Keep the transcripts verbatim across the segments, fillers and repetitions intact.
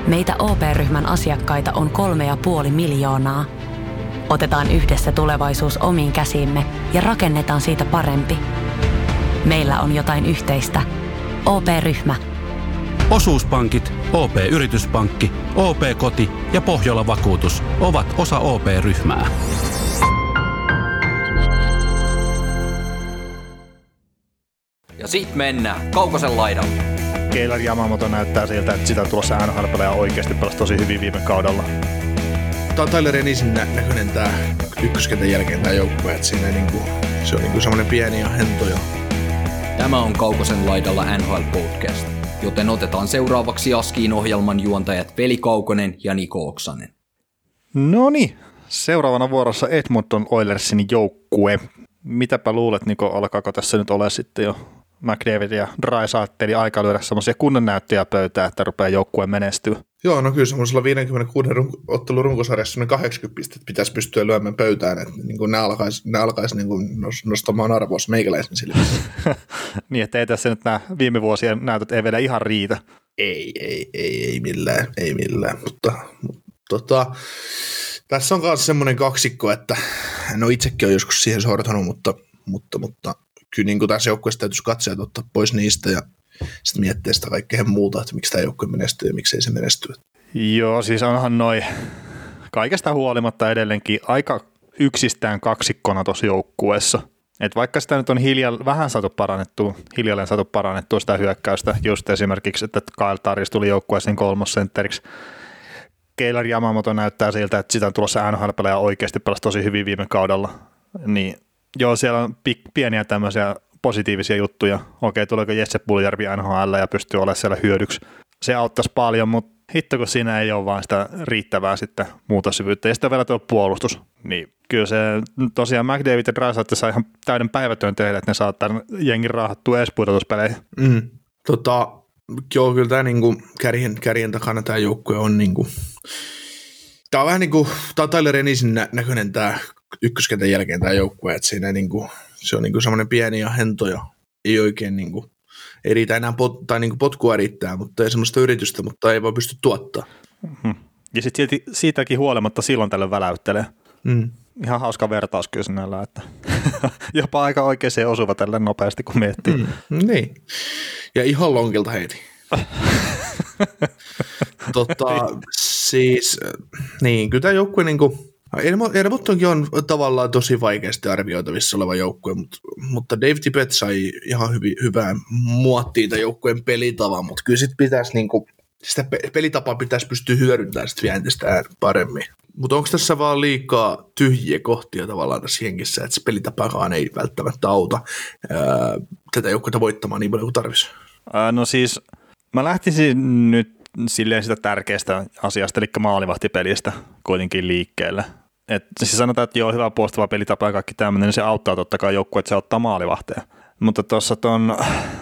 Meitä O P-ryhmän asiakkaita on kolme ja puoli miljoonaa. Otetaan yhdessä tulevaisuus omiin käsiimme ja rakennetaan siitä parempi. Meillä on jotain yhteistä. O P-ryhmä. Osuuspankit, O P-yrityspankki, O P-koti ja Pohjola Vakuutus ovat osa O P-ryhmää. Ja sit mennään Kaukosen laidalle. Keilar Yamamoto näyttää siltä, että sitä on tulossa N H L-pelejä oikeasti pelasi tosi hyvin viime kaudella. Tämä on Tyler Ennisin nä- näköinen tämä ykköskentän jälkeen tämä joukkue, että siinä niinku, se on niinku semmoinen pieni ja hento. Ja... Tämä on Kaukosen laidalla N H L Podcast, joten otetaan seuraavaksi Askiin ohjelman juontajat Veli Kaukonen ja Niko Oksanen. Noniin, seuraavana vuorossa Edmonton Oilersin joukkue. Mitäpä luulet, Niko, alkaako tässä nyt ole sitten jo McDavid ja Draisaitl aika lyödä semmoisia kunnon näyttöjä pöytään, että rupeaa joukkueen menestyä? Joo, no kyllä semmoisella viisikymmentäkuusi run- ottelun runkosarjassa ne kahdeksankymmentä pistettä pitäisi pystyä lyömään pöytään, että niin kuin ne alkaisi, ne alkaisi niin kuin nostamaan arvoissa meikäläisen silmissä. Niin, että ei tässä nyt nämä viime vuosien näytöt ei vielä ihan riitä. Ei, ei, ei, ei millään, ei millään, mutta, mutta tota, tässä on myös semmoinen kaksikko, että no itsekin on joskus siihen sortunut, mutta, mutta, mutta kyllä niin kuin tässä joukkueessa täytyisi katsoa ottaa pois niistä ja sitten miettiä sitä kaikkea muuta, että miksi tämä joukkue menestyy ja miksei se menesty. Joo, siis onhan noi kaikesta huolimatta edelleenkin aika yksistään kaksikkona tuossa joukkueessa. Et vaikka sitä nyt on hiljalleen vähän saatu parannettua, hiljalleen saatu parannettua sitä hyökkäystä, just esimerkiksi, että Kyle Turris tuli joukkueeseen kolmosentteriksi. Keilar Yamamoto näyttää siltä, että sitä on tulossa N H L-pelejä oikeasti pelasi tosi hyvin viime kaudella. Niin joo, siellä on pik- pieniä tämmöisiä positiivisia juttuja. Okei, tuleeko Jesse Puljärvi N H L ja pystyy olemaan siellä hyödyksi. Se auttaisi paljon, mutta hitto, kun siinä ei ole vaan sitä riittävää sitten muutossyvyyttä. Ja sitten vielä tuo puolustus. Niin kyllä se tosiaan McDavid ja Draisaitl saa ihan täyden päivätyön tehdä, että ne saa tämän jengin raahattua edes pudotuspeleihin. Mm. Tota, joo, kyllä tämä niinku kärjen, kärjen takana tämä joukkue on niinku, tämä on vähän niin kuin, tämä on Tyler Ennisin nä- näköinen tämä ykköskentän jälkeen tämä joukkue, että siinä niinku, se on niinku semmoinen pieni ja hento ja ei oikein niinku, ei riitä enää pot, tai niinku potkua riittää, mutta ei semmoista yritystä, mutta ei voi pysty tuottaa. Mm-hmm. Ja sitten siitäkin huolimatta silloin tällöin väläyttelee. Mm. Ihan hauska vertaus kyllä sinällä, että jopa aika oikein osuva tällä nopeasti, kun miettii. Mm, niin. Ja ihan lonkilta heiti. tota, siis, niin, kyllä tämä joukkue, niin kuin, Edmontonkin on tavallaan tosi vaikeasti arvioitavissa oleva joukkue, mutta, mutta Dave Tippett sai ihan hyvi, hyvää muottiin tämän joukkueen pelitavan, mutta kyllä sitten pitäisi, niin kuin, sitä pelitapaa pitäisi pystyä hyödyntämään sitten vielä entistä paremmin. Mutta onko tässä vaan liikaa tyhjiä kohtia tavallaan tässä hengissä, että se pelitapakaan ei välttämättä auta ää, tätä joukkuetta voittamaan niin paljon kuin tarvitsisi? No siis mä lähtisin nyt silleen sitä tärkeästä asiasta, eli maalivahtipelistä kuitenkin liikkeelle. Et siis sanotaan, että joo, hyvä puolustava pelitapa ja kaikki tämmöinen, niin se auttaa totta kai joukkue, että se ottaa maalivahteja. Mutta tuossa tuon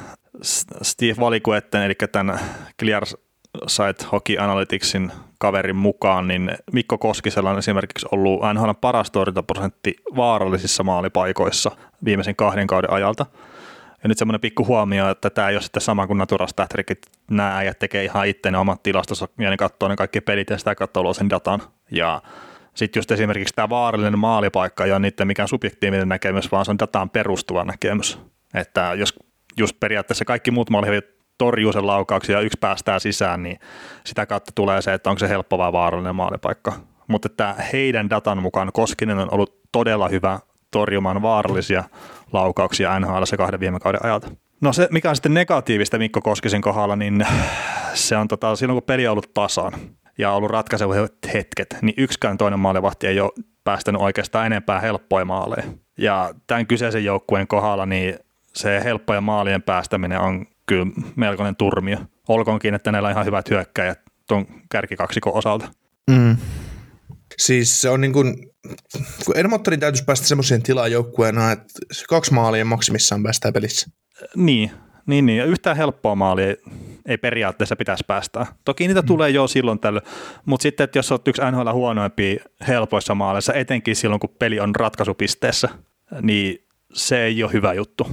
Steve Valikuetten, eli tämän Clear Sight Hockey Analyticsin kaverin mukaan, niin Mikko Koskisella on esimerkiksi ollut N H L:n paras torjuntaprosentti vaarallisissa maalipaikoissa viimeisen kahden kauden ajalta. Ja nyt semmoinen pikku huomio, että tämä ei ole sitten sama kuin Natural Stat Trickit. Nämä äijät tekee ihan itse ne omat tilastonsa ja ne katsoo ne kaikki pelit ja sitä katsoo ulos sen datan. Ja sitten just esimerkiksi tämä vaarallinen maalipaikka ei ole niiden mikään subjektiivinen näkemys, vaan se on dataan perustuva näkemys. Että jos just periaatteessa kaikki muut maalivät torjuu sen laukauksia ja yksi päästää sisään, niin sitä kautta tulee se, että onko se helppo vai vaarallinen maalipaikka. Mutta että heidän datan mukaan Koskinen on ollut todella hyvä torjumaan vaarallisia laukauksia N H L:ssä kahden viime kauden ajalta. No se, mikä on sitten negatiivista Mikko Koskisen kohdalla, niin se on tota, silloin kun peli on ollut tasaan ja ollut ratkaisevat hetket, niin yksikään toinen maalivahti ei ole päästänyt oikeastaan enempää helppoja maaleja. Ja tämän kyseisen joukkueen kohdalla niin se helppojen maalien päästäminen on kyllä melkoinen turmio. Olkoonkin, että näillä on ihan hyvät hyökkäjät tuon kärkikaksikon osalta. Mm. Siis se on niin kuin, kun Edmontonin täytyisi päästä semmoiseen tilaan joukkueena, että kaksi maalia maksimissaan päästään pelissä. Niin, niin, niin. Ja yhtään helppoa maalia ei, ei periaatteessa pitäisi päästää. Toki niitä mm. tulee jo silloin tällöin, mutta sitten, että jos olet yksi N H L huonoimpia helpoissa maaleissa, etenkin silloin, kun peli on ratkaisupisteessä, niin se ei ole hyvä juttu.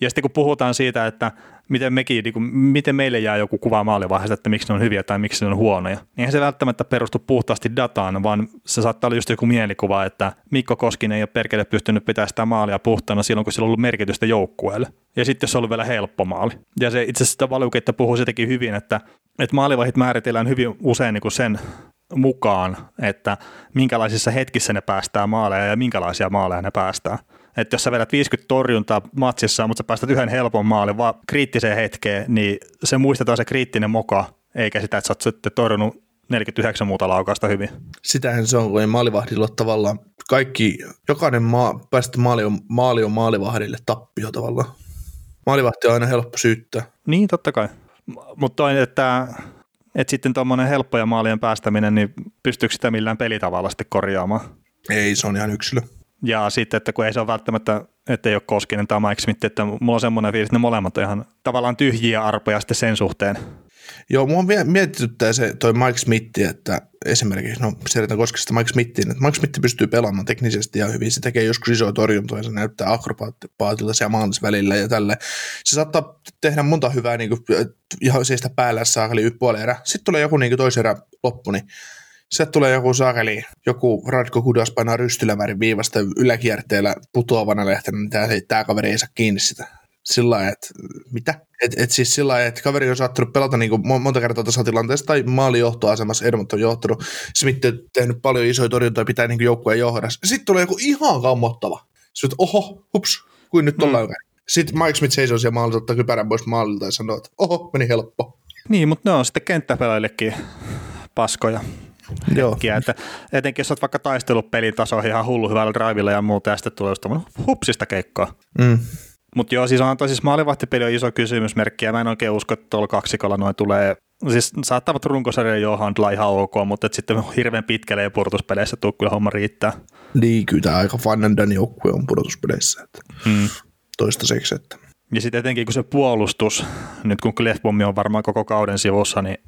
Ja sitten kun puhutaan siitä, että miten, mekin, niin kuin, miten meille jää joku kuva maalivahdista, että miksi ne on hyviä tai miksi ne on huonoja, niin eihän se välttämättä perustu puhtaasti dataan, vaan se saattaa olla just joku mielikuva, että Mikko Koskinen ei ole perkele pystynyt pitämään sitä maalia puhtaana silloin, kun sillä on ollut merkitystä joukkueelle. Ja sitten jos se on ollut vielä helppo maali. Ja se itse asiassa Valuketta puhuu sitäkin hyvin, että, että maalivahdit määritellään hyvin usein niin kuin sen mukaan, että minkälaisissa hetkissä ne päästää maaleja ja minkälaisia maaleja ne päästää. Että jos sä vedät viisikymmentä torjuntaa matsissa, mutta sä päästät yhden helpon maalin vaan kriittiseen hetkeen, niin se muistetaan se kriittinen moka, eikä sitä, että sä oot sitten torjunut neljäkymmentäyhdeksän muuta laukausta hyvin. Sitähän se on, kun ei maalivahdilla ole tavallaan kaikki, jokainen maa, päästä maali on, maali on maalivahdille tappio tavallaan. Maalivahti on aina helppo syyttää. Niin, totta kai. Mutta toinen, että, että sitten tuommoinen helppoja maalien päästäminen, niin pystyykö sitä millään pelitavalla sitten korjaamaan? Ei, se on ihan yksilö. Ja sitten, että kun ei se ole välttämättä, että ei ole Koskinen tai Mike Smith, että mulla on semmoinen fiilis, että ne molemmat on ihan tavallaan tyhjiä arpoja sitten sen suhteen. Joo, mua mietityttää se toi Mike Smith, että esimerkiksi, no siirretään Koskista Mike Smithiin, että Mike Smith pystyy pelaamaan teknisesti ihan hyvin, se tekee joskus isoja torjuntoja, se näyttää akrobaatilta siellä maalis välillä ja tälleen. Se saattaa tehdä monta hyvää niin kuin, ihan seistä päällä saakeli puolen erä. Sitten tulee joku niin toisen erä loppu, niin sieltä tulee joku saakeli, joku Radko Kudas painaa rystylävärin viivasta yläkierteellä putoavana lähtenä, niin tämä, tämä kaveri ei saa kiinni sitä. Sillä lailla, että mitä? Että et siis sillä lailla, että kaveri on saattanut pelata niin kuin monta kertaa tasatilanteessa tai maalijohtoasemassa, Edmont on johtanut. Smith on tehnyt paljon isoja torjuntoja, pitää niin joukkueen johdassa. Sitten tulee joku ihan kammottava. Sitten, oho, hups, kuin nyt ollaan mm. Sitten Mike Smith seisoo siellä maalilta, ottaa kypärän pois maalilta ja sanoo, että oho, meni helppo. Niin, mutta ne on sitten kenttäpelaajillekin paskoja. Joo. Että etenkin jos olet vaikka taistellut pelitasoihin ihan hullu hyvällä drivilla ja muuta, ja sitten tulee just hupsista keikkoa. Mm. Mutta joo, siis on siis maalivahtipeli on iso kysymysmerkki, ja mä en oikein usko, että tuolla kaksikolla noin tulee, siis saattavat runkosarjan jo handlaa ihan ok, mutta sitten hirveän pitkälle ei pudotuspeleissä tuu, kyllä homma riittää. Niin, kyllä tämä aika fun and done joukkue on pudotuspeleissä, että hmm. toistaiseksi. Että. Ja sitten etenkin kun se puolustus, nyt kun Klefbom on varmaan koko kauden sivussa, niin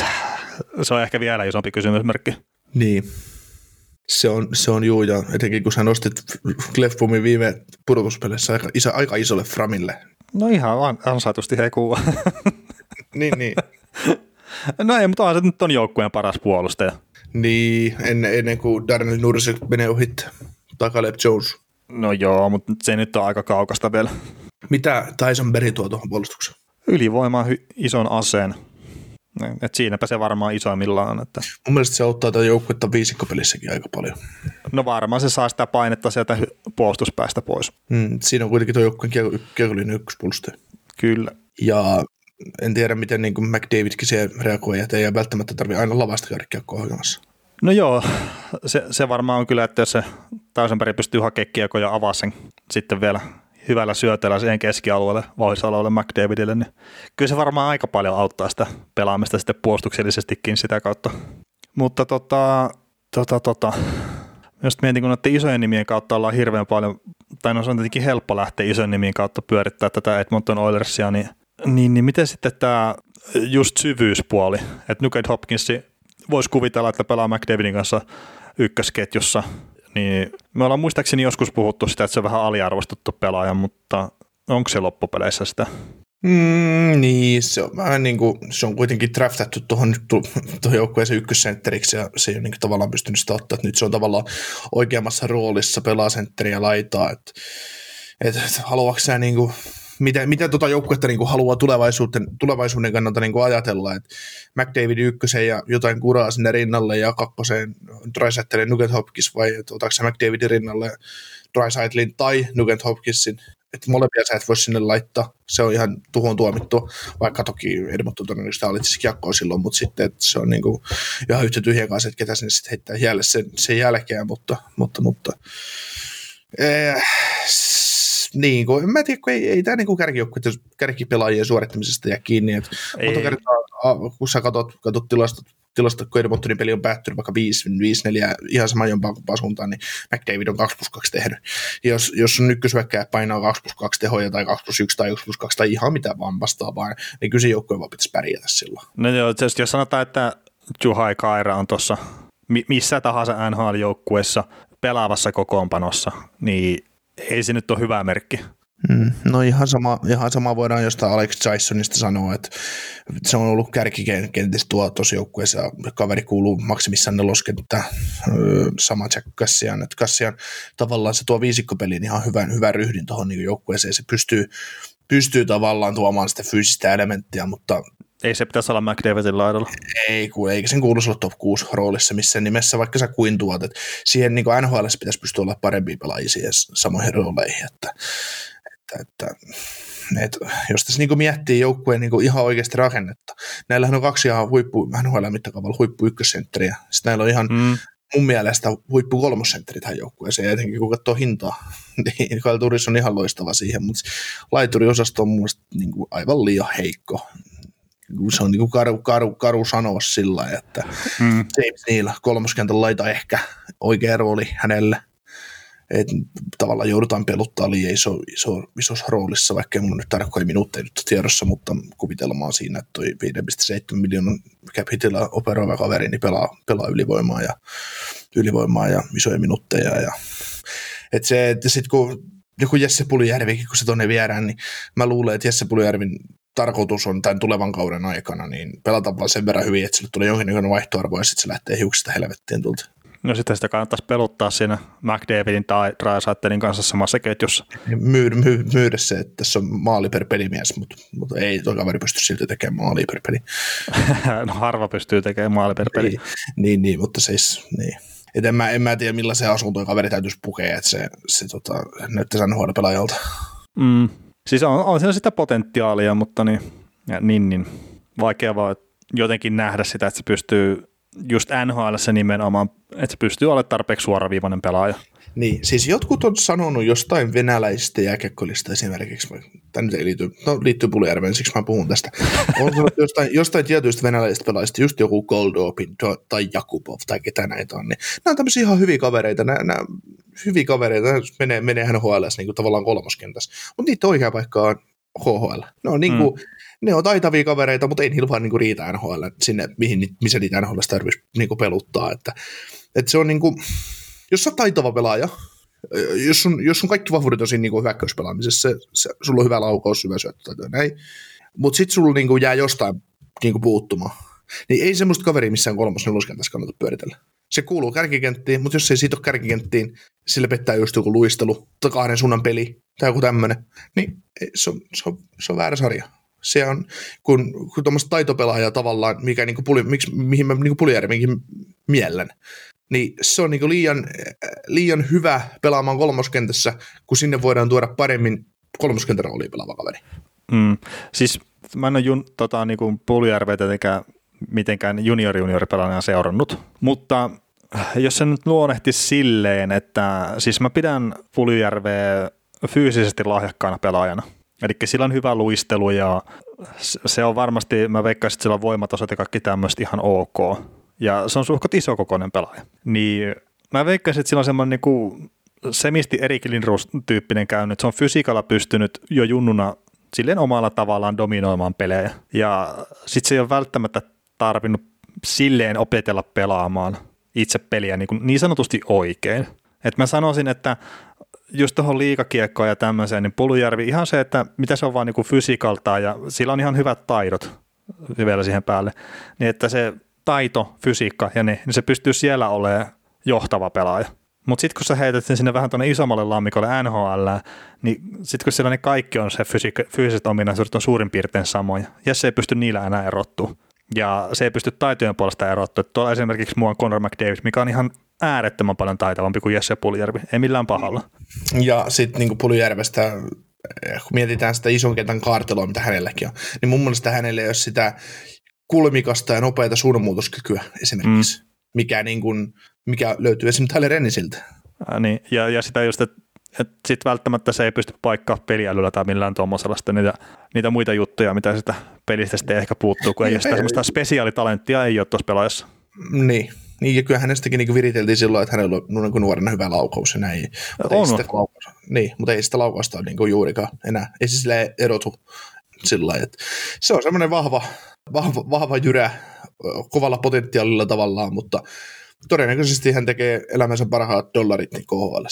se on ehkä vielä isompi kysymysmerkki. Niin. Se on, se on juu, ja etenkin kun sä nostit Klefbomin viime pudotuspeleissä aika, iso, aika isolle framille. No ihan ansaitusti he kuva. niin, niin. No ei, mutta on se nyt on joukkueen paras puolustaja. Niin, ennen, ennen kuin Darnell Nurse menee ohit tai Caleb Jones. No joo, mutta se nyt on aika kaukasta vielä. Mitä Tyson Berry tuo tuohon puolustukseen? Ylivoimaa hy- ison aseen. Et siinäpä se varmaan isoimmillaan on. Että. Mun mielestä se auttaa tätä joukkuetta viisikkopelissäkin aika paljon. No varmaan se saa sitä painetta sieltä puolustuspäästä pois. Mm, siinä on kuitenkin tuo joukkueen kiekollinen ykköspuolustaja. Kyllä. Ja en tiedä, miten niin kuin McDavidkin siihen reagoi, että ei välttämättä tarvitse aina lavasta käydä kiekkoa hakemassa. No joo, se, se varmaan on kyllä, että jos se Tausenberg pystyy hakemaan kiekkoja ja avaa sen sitten vielä hyvällä syötöllä siihen keskialueelle, vauhdisaloille McDavidille, niin kyllä se varmaan aika paljon auttaa sitä pelaamista sitten puolustuksellisestikin sitä kautta. Mutta tota, tota, tota. Jos mietin, kun näiden isojen nimien kautta ollaan hirveän paljon, tai no se on tietenkin helppo lähteä isojen nimien kautta pyörittää tätä Edmonton Oilersia, niin, niin, niin miten sitten tämä just syvyyspuoli, että Nugent Hopkins voisi kuvitella, että pelaa McDavidin kanssa ykkösketjussa, niin me ollaan muistaakseni joskus puhuttu sitä, että se on vähän aliarvostettu pelaaja, mutta onko se loppupeleissä sitä? Mm, niin, se on vähän niin kuin, se on kuitenkin draftattu tuohon, tuohon joukkueeseen ykkössentteriksi ja se ei ole niin kuin tavallaan pystynyt sitä ottaa, että nyt se on tavallaan oikeammassa roolissa, pelaa sentteriä laitaa, että, että haluatko sä niin kuin, miten, miten tuota joukkuetta niin kuin haluaa tulevaisuuden, tulevaisuuden kannalta niin kuin ajatella, että McDavid ykkösen ja jotain kuraa sinne rinnalle ja kakkoseen Draisaitlin Nugent Hopkins vai että otatko sä McDavidin rinnalle Draisaitlin tai Nugent Hopkinsin, että molempia sä et voi sinne laittaa, se on ihan tuhon tuomittu, vaikka toki Edmonton todennäköisesti hallitsisi kiekkoa silloin, mutta sitten että se on niin kuin ihan yhtä tyhjän kanssa, että ketä sinne sitten heittää jäälle sen, sen jälkeen, mutta, mutta, mutta äh, niin, kun, en mä tiedä, kun ei, ei tämä niin kärkipelaajien suorittamisesta jää kiinni. Että monta kertaa, kun sä katsot, katsot tilastot, tilastot, kun Edmontonin peli on päättynyt vaikka viisi neljä ihan sama jompaan kumpaan suuntaan, niin McDavid on kaksi plus kaksi tehnyt. Jos, jos on ykköshyökkääjä painaa kaksi plus kaksi tehoja tai kaksi plus yksi tai yksi plus kaksi tai ihan mitä vaan vastaavaa, niin kyllä se joukkojen vaan pitäisi pärjätä silloin. No joo, jos sanotaan, että Juhai Kaira on tuossa missä tahansa N H L-joukkueessa pelaavassa kokoonpanossa, niin ei se nyt ole hyvä merkki. Mm, no ihan sama, ihan sama voidaan jostain Alex Tysonista sanoa, että se on ollut kärkikentissä tuo tuossa joukkueessa ja kaveri kuuluu maksimissaan neloskenttään, sama Jack Cassian, että Cassian tavallaan se tuo viisikkopeliin ihan hyvän, hyvän ryhdin tuohon niin joukkueeseen, se pystyy, pystyy tavallaan tuomaan sitä fyysistä elementtiä, mutta ei se pitäisi olla McDavidin laidalla. Ei, eikä sen kuuluisi olla top kuusi roolissa missään nimessä, vaikka sä kuin tuot, että siihen niin N H L pitäisi pystyä olla parempia pelaajia siihen samoihin rooleihin, että Että, että, että jos tässä niin miettii joukkueen niin ihan oikeasti rakennetta, näillähän on kaksi ihan huippu, N H L-mittakaavalla huippu ykkössentteriä, sitten näillä on ihan mm. mun mielestä huippu kolmosentteri tähän joukkueeseen, ja etenkin kun katsoo hintaa, niin Kyle Turris on ihan loistava siihen, mutta laituriosasto on mun mielestä niin aivan liian heikko. Se on niin kuin karu, karu, karu sanoa sillä lailla, että mm. James Neal kolmoskentän laita ehkä oikea rooli hänelle. Että tavallaan joudutaan peluttaa liian iso, iso, isossa roolissa, vaikka ei mun nyt tarkkoja minuutteja nyt tiedossa, mutta kuvitelmaan siinä, että toi viisi pilkku seitsemän miljoonan cap hitillä operoiva kaveri niin pelaa, pelaa ylivoimaa, ja, ylivoimaa ja isoja minuutteja. Ja, että se, että sitten kun joku Jesse Puljujärvikin, kun se tuonne viedään, niin mä luulen, että Jesse Puljujärvin tarkoitus on tämän tulevan kauden aikana, niin pelata vaan sen verran hyvin, että sille tulee jonkinlainen vaihtoarvo, ja sitten se lähtee hiuksista helvettiin tulta. No sitten sitä kannattaisi peluttaa siinä McDavidin tai Draisaitlin kanssa samassa ketjussa. Myydä, myy, myydä se, että tässä on maali per pelimies, mutta, mutta ei tuo kaveri pysty silti tekemään maali per peli. No harva pystyy tekemään maali per peli. Niin, niin, niin mutta siis niin. Et en, mä, en mä tiedä millaisen asuntoon kaveri täytyisi pukea, että se, se tota, näyttäisi N H L-pelaajalta. Mm. Siis on, on siinä sitä potentiaalia, mutta niin, ja niin, niin vaikea vaan jotenkin nähdä sitä, että se pystyy just N H L:ssä nimenomaan, että se pystyy olemaan tarpeeksi suoraviivainen pelaaja. Niin, siis jotkut on sanonut jostain venäläisistä jääkiekkoilista esimerkiksi, tämä nyt ei liity, no liittyy Puljujärveen, siksi mä puhun tästä. On sanonut jostain, jostain tietyistä venäläisistä pelaajista, just joku Goldopin tai Jakubov tai ketä näitä on, niin nämä on tämmöisiä ihan hyviä kavereita, nämä, nämä hyviä kavereita, menee, menee N H L:ssä niin kuin tavallaan kolmoskentässä, mutta niitä oikea paikka on K H L. Ne on, niin kuin, mm. ne on taitavia kavereita, mutta ei niillä vaan niin kuin riitä N H L sinne, mihin, missä niitä N H L:ssä tarvitsisi niin kuin peluttaa. Että, että se on niin kuin, jos sä oot taitava pelaaja, jos sun, jos sun kaikki vahvuudet on siinä niin kuin hyökkäyspelaamisessa, se, se, sulla on hyvä laukaus, hyvä syöttö tai näin, mutta sitten sulla niin kuin jää jostain niin kuin puuttumaan, niin ei semmoista kaveria missään kolmas neloskentässä kannata pyöritellä. Se kuuluu kärkikenttiin, mutta jos ei siitä ole kärkikenttiin, sille pettää just joku luistelu tai kahden suunnan peli tai joku tämmöinen, niin se on, se on, se on väärä sarja. Se on, kun, kun tuommoista taitopelaajaa tavallaan, mikä niinku puli, miksi, mihin mä niinku Puljujärvenkin miellän, niin se on niinku liian, liian hyvä pelaamaan kolmoskentässä, kun sinne voidaan tuoda paremmin kolmoskentän rooliin pelaava kaveri. Mm. Siis mä en ole jun, tota, niinku Puljujärveä tietenkään mitenkään junior-junioripelaajana seurannut, mutta jos se nyt luonnehtisi silleen, että siis mä pidän Puljujärveä fyysisesti lahjakkaana pelaajana. Eli sillä on hyvä luistelu ja se on varmasti, mä veikkaisin, että sillä on voimatasot ja kaikki tämmöistä ihan ok. Ja se on suhkot isokokoinen pelaaja. Niin mä veikkaisin, että sillä on semmoinen niinku semisti Erik Lindros-tyyppinen käynyt, että se on fysiikalla pystynyt jo junnuna silleen omalla tavallaan dominoimaan pelejä. Ja sit se ei ole välttämättä tarvinnut silleen opetella pelaamaan itse peliä niin, kuin niin sanotusti oikein. Et mä sanoisin, että just tuohon liigakiekkoon ja tämmöiseen, niin Puljujärvi ihan se, että mitä se on vaan niin kuin fysiikaltaan ja sillä on ihan hyvät taidot vielä siihen päälle, niin että se taito, fysiikka ja ne, niin se pystyy siellä olemaan johtava pelaaja. Mutta sitten kun sä heität sen sinne vähän tuonne isommalle lammikolle N H L, niin sitten kun siellä ne kaikki on se fysiik- fyysiset ominaisuudet on suurin piirtein samoja, ja se ei pysty niillä enää erottumaan. Ja se ei pysty taitojen puolesta erottua. Tuolla esimerkiksi mua on Connor McDavid, mikä on ihan äärettömän paljon taitavampi kuin Jesse Puljujärvi, ei millään pahalla. Ja sitten niin Puljujärvestä, kun mietitään sitä ison kentän kaartelua, mitä hänelläkin on, niin mun mielestä hänellä ei ole sitä kulmikasta ja nopeata suunnanmuutoskykyä esimerkiksi, mm. mikä, niin kuin, mikä löytyy esimerkiksi Tyler Ennisiltä. Äh, niin. ja, ja sitä just, että et sitten välttämättä se ei pysty paikkaa peliälyllä tai millään tuommoisella niitä, niitä muita juttuja, mitä sitä pelistä sitten ehkä puuttuu, kun ei ole sitä semmoista spesiaalitalenttia ei ole tuossa pelaajassa. Niin. Niin, ja kyllä hänestäkin niin viriteltiin silloin, että hänellä on niin nuorena hyvä laukaus ja näin. Mutta on. Ei sitä laukaus, niin, mutta ei sitä laukausta ole niin juurikaan enää. Ei se sille erotu sillä lailla. Se on semmoinen vahva, vahva, vahva jyrä, kovalla potentiaalilla tavallaan, mutta todennäköisesti hän tekee elämänsä parhaat dollarit niin K H L:ssä.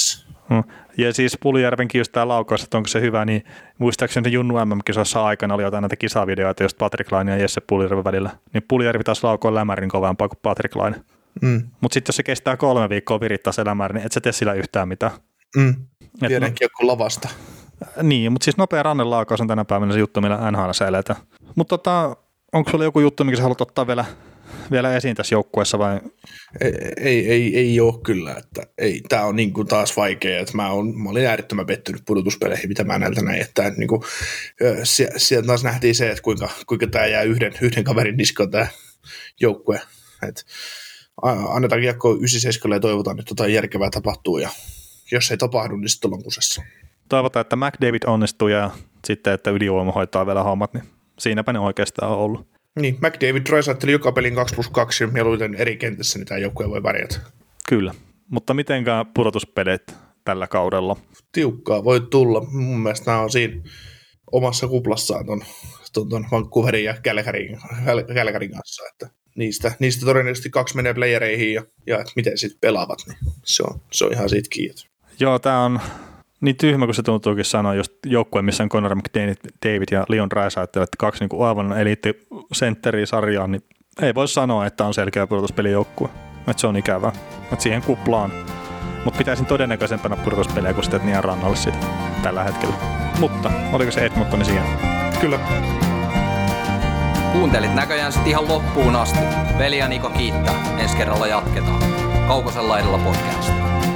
Ja siis Puljärvenkin just tämä laukaus, että onko se hyvä, niin muistaakseni Junnu M M-kisossa aikana oli jotain näitä kisavideoita just Patrick Laine ja Jesse Puljärven välillä. Niin Puljärvi taas laukoo lämärin kovempaa kuin Patrick Laine. Mm. Mutta sitten jos se kestää kolme viikkoa virittää se lämäri, niin et sä tee sillä yhtään mitään. Mm. Pienen kiekko lavasta. Niin, mutta siis nopea rannelaukaus on tänä päivänä se juttu, millä N H L:ssä eletään. Mutta tota, onko sulla joku juttu, mikä sä haluat ottaa vielä, vielä esiin tässä joukkueessa vai? Ei, ei, ei, ei ole kyllä, että ei, tää on niin kuin taas vaikea, että mä, on, mä olin äärettömän pettynyt pudotuspeleihin, mitä mä näiltä näin, että niin kuin, sieltä taas nähtiin se, että kuinka, kuinka tää jää yhden, yhden kaverin niskoon tää joukkue, että annetaan kiekko yhdeksänkymmentäseitsemän ja toivotaan, että jotain järkevää tapahtuu ja jos ei tapahdu, niin sitten ollaan kusessa. Toivotaan, että McDavid onnistuu ja sitten, että Ylivoima hoitaa vielä hommat, niin siinäpä ne oikeastaan on ollut. Niin, McDavid roisaatteli joka pelin kaksi plus kaksi ja mieluiten eri kentässä, niin tämä joukkue voi pärjätä. Kyllä, mutta mitenkään pudotuspelit tällä kaudella? Tiukkaa voi tulla. Mun mielestä nämä on siinä omassa kuplassaan ton, ton, ton Vancouverin ja Calgaryn, Calgaryn kanssa, että niistä, niistä todennäköisesti kaksi menee playereihin ja, ja että miten sitten pelaavat, niin se on, se on ihan siitä kiinni. Joo, tämä on niin tyhmä, kun se tuntuukin sanoa, jos joukkue, missä on Connor McDavid ja Leon Draisaitl, että kaksi niin kuin aivan eliittisentteriä sarjaan, niin ei voi sanoa, että on selkeä pudotuspelijoukkue. Että se on ikävää. Että siihen kuplaan. Mutta pitäisin todennäköisempänä pudotuspeliä kuin sitten niin rannalle siitä tällä hetkellä. Mutta oliko se Edmontoni siihen? Kyllä. Kuuntelit näköjään sitten ihan loppuun asti. Veli ja Niko kiittää. Ensi kerralla jatketaan. Kaukosen laidalla podcast.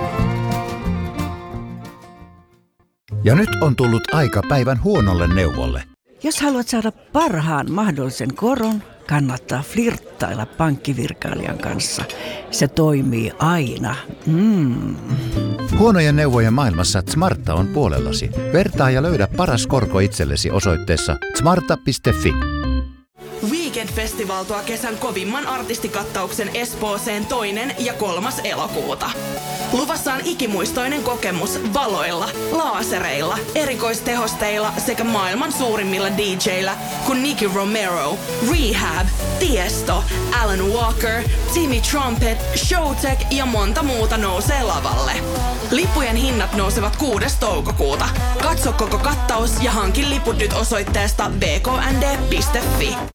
Ja nyt on tullut aika päivän huonolle neuvolle. Jos haluat saada parhaan mahdollisen koron, kannattaa flirttailla pankkivirkailijan kanssa. Se toimii aina. Mm. Huonojen neuvojen maailmassa Smarta on puolellasi. Vertaa ja löydä paras korko itsellesi osoitteessa smarta piste fi. Weekend-festival tuo kesän kovimman artistikattauksen Espooseen toinen ja kolmas elokuuta. Luvassa on ikimuistoinen kokemus valoilla, laasereilla, erikoistehosteilla sekä maailman suurimmilla D J:illä kuin Nicky Romero, Rehab, Tiesto, Alan Walker, Timmy Trumpet, Showtek ja monta muuta nousee lavalle. Lippujen hinnat nousevat kuudes toukokuuta. Katso koko kattaus ja hankin liput nyt osoitteesta b k n d piste f i.